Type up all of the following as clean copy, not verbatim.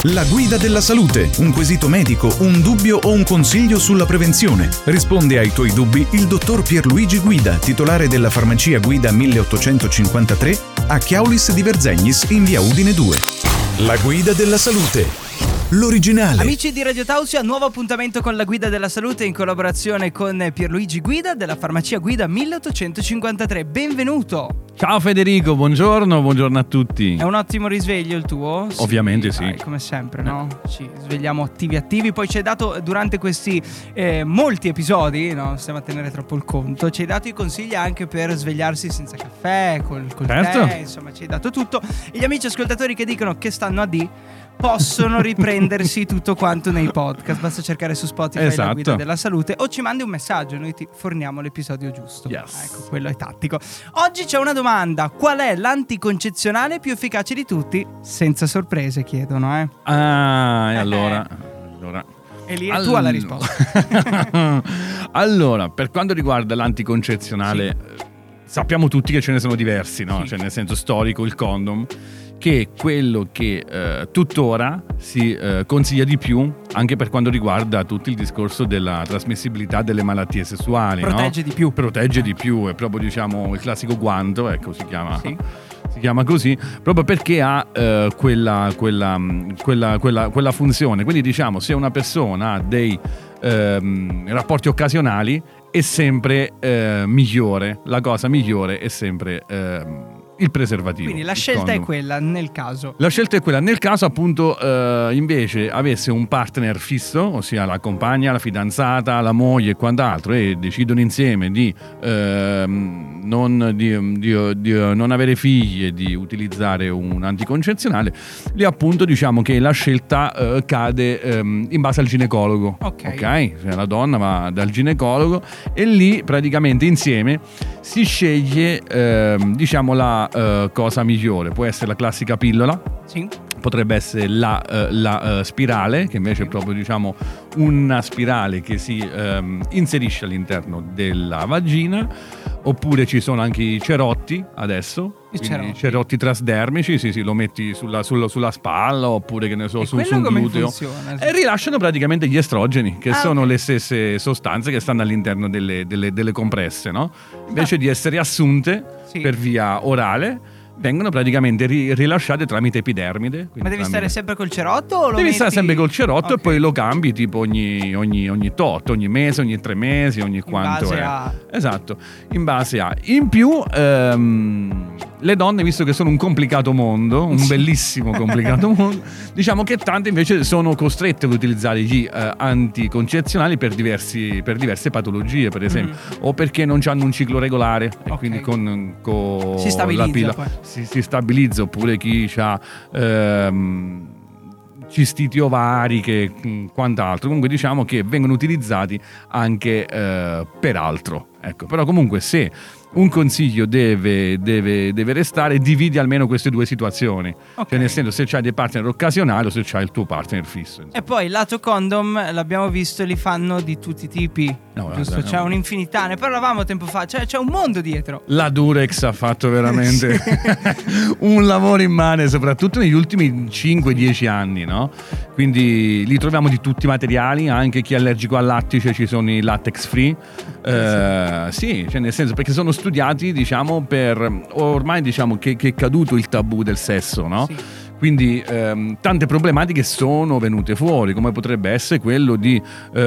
La guida della salute, un quesito medico, un dubbio o un consiglio sulla prevenzione. Risponde ai tuoi dubbi il dottor Pierluigi Guida, titolare della farmacia Guida 1853 a Chiaulis di Verzegnis in via Udine 2. La guida della salute. L'originale. Amici di Radio Tausia, nuovo appuntamento con la guida della salute in collaborazione con Pierluigi Guida della farmacia Guida 1853. Benvenuto. Ciao Federico, buongiorno a tutti. È un ottimo risveglio il tuo? Ovviamente sì. Dai, come sempre, no? Ci svegliamo attivi. Poi ci hai dato durante questi molti episodi, no? Stiamo a tenere troppo il conto. Ci hai dato i consigli anche per svegliarsi senza caffè, col certo. tè, insomma ci hai dato tutto. E gli amici ascoltatori che dicono che stanno a D possono riprendersi tutto quanto nei podcast. Basta cercare su Spotify esatto. La guida della salute o ci mandi un messaggio, noi ti forniamo l'episodio giusto. Yes. Ecco, quello è tattico. Oggi c'è una domanda: qual è l'anticoncezionale più efficace di tutti? Senza sorprese chiedono, E allora. E lì è tua la risposta. Allora, per quanto riguarda l'anticoncezionale, sappiamo tutti che ce ne sono diversi, no? Sì. Cioè, nel senso storico, il condom, che è quello che tuttora si consiglia di più, anche per quanto riguarda tutto il discorso della trasmissibilità delle malattie sessuali. Protegge di più. Protegge di più, è proprio, diciamo, il classico guanto, ecco, si chiama. Sì. Si chiama così proprio perché ha quella funzione. Quindi, diciamo, se una persona ha dei rapporti occasionali, è sempre migliore. La cosa migliore è sempre il preservativo. Quindi la scelta è quella nel caso. La scelta è quella nel caso, appunto, invece avesse un partner fisso, ossia la compagna, la fidanzata, la moglie e quant'altro, e decidono insieme di non avere figli e di utilizzare un anticoncezionale. Lì, appunto, diciamo che la scelta cade in base al ginecologo. Ok. Cioè, la donna va dal ginecologo e lì praticamente insieme si sceglie diciamo la cosa migliore. Può essere la classica pillola, Sì. potrebbe essere la spirale, che invece è proprio, diciamo, una spirale che si inserisce all'interno della vagina, oppure ci sono anche i cerotti adesso, i cerotti trasdermici, sì, lo metti sulla spalla, oppure, che ne so, su un gluteo, e rilasciano praticamente gli estrogeni, che sono le stesse sostanze che stanno all'interno delle compresse, no? Invece di essere assunte per via orale, vengono praticamente rilasciate tramite epidermide. Ma devi stare sempre col cerotto o lo devi metti... stare sempre col cerotto, Okay. E poi lo cambi tipo ogni tot, ogni mese, ogni 3 mesi, ogni quanto base è. a... Esatto, in base a. In più le donne, visto che sono un complicato mondo, un bellissimo complicato mondo, diciamo che tante invece sono costrette ad utilizzare gli anticoncezionali per diverse patologie, per esempio, o perché non hanno un ciclo regolare, e quindi con si stabilizza la pila poi. si stabilizza, oppure chi ha cistiti ovari, che quant'altro. Comunque, diciamo che vengono utilizzati anche per altro, ecco. Però comunque, se un consiglio deve restare, dividi almeno queste due situazioni, Okay. Cioè, nel senso, se c'hai dei partner occasionali o se c'hai il tuo partner fisso, insomma. E poi lato condom, l'abbiamo visto, li fanno di tutti i tipi, No, giusto? guarda, C'è no. un'infinità, ne parlavamo tempo fa, c'è un mondo dietro. La Durex ha fatto veramente un lavoro immane, soprattutto negli ultimi 5-10 anni, no? Quindi li troviamo di tutti i materiali, anche chi è allergico al lattice, ci sono i latex free. Sì, cioè, nel senso, perché sono studiati, diciamo, ormai, diciamo, che è caduto il tabù del sesso, no? Sì. Quindi tante problematiche sono venute fuori, come potrebbe essere quello di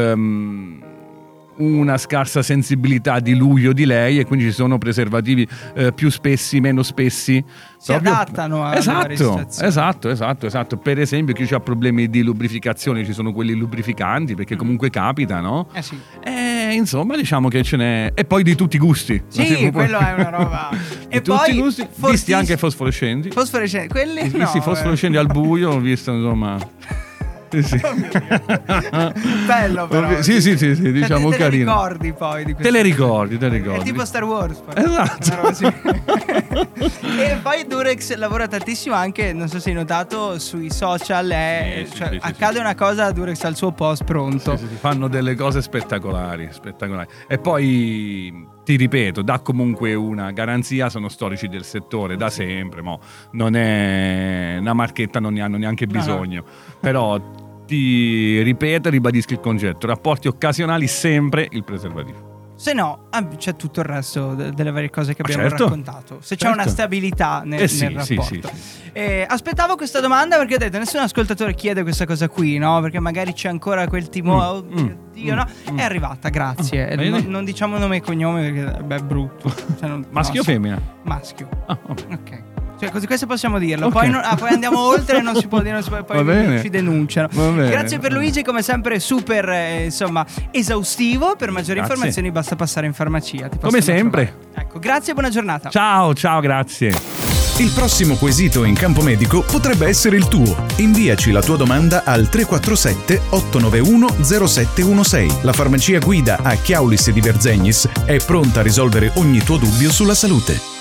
una scarsa sensibilità di lui o di lei, e quindi ci sono preservativi più spessi, meno spessi. Si adattano a varie situazioni. Esatto. Per esempio, chi ha problemi di lubrificazione, ci sono quelli lubrificanti, perché comunque capita, no? Sì. Insomma, diciamo che ce n'è. E poi di tutti i gusti. Sì, quello è una roba. E tutti i gusti, visti anche fosforescenti. Fosforescenti, quelli no. Visti fosforescenti al buio, ho visto, insomma. Sì. Bello, però. Sì, diciamo te carino. Ricordi poi di Te le ricordi. È tipo Star Wars poi. Esatto. E poi Durex lavora tantissimo anche, non so se hai notato, sui social, sì, accade una cosa, Durex ha il suo post pronto. Sì, fanno delle cose spettacolari. E poi ti ripeto, dà comunque una garanzia, sono storici del settore da sempre, non è una marchetta, non ne hanno neanche bisogno. No. Però ti ripeto, ribadisco il concetto: rapporti occasionali, sempre il preservativo. Se no, c'è tutto il resto delle varie cose che abbiamo raccontato. Se c'è una stabilità nel rapporto. Sì. Aspettavo questa domanda perché ho detto, nessun ascoltatore chiede questa cosa qui, no? Perché magari c'è ancora quel timore, no? È arrivata, grazie. Non diciamo nome e cognome perché è brutto. Cioè, maschio o femmina? Maschio. Ok. Cioè, così questo possiamo dirlo. Okay. Poi andiamo oltre e non si può dire, poi ci denunciano. Grazie per Luigi, come sempre super esaustivo. Per maggiori informazioni basta passare in farmacia. Come sempre. Ecco, grazie e buona giornata. Ciao, grazie. Il prossimo quesito in campo medico potrebbe essere il tuo. Inviaci la tua domanda al 347 891 0716. La farmacia Guida a Chiaulis di Verzegnis è pronta a risolvere ogni tuo dubbio sulla salute.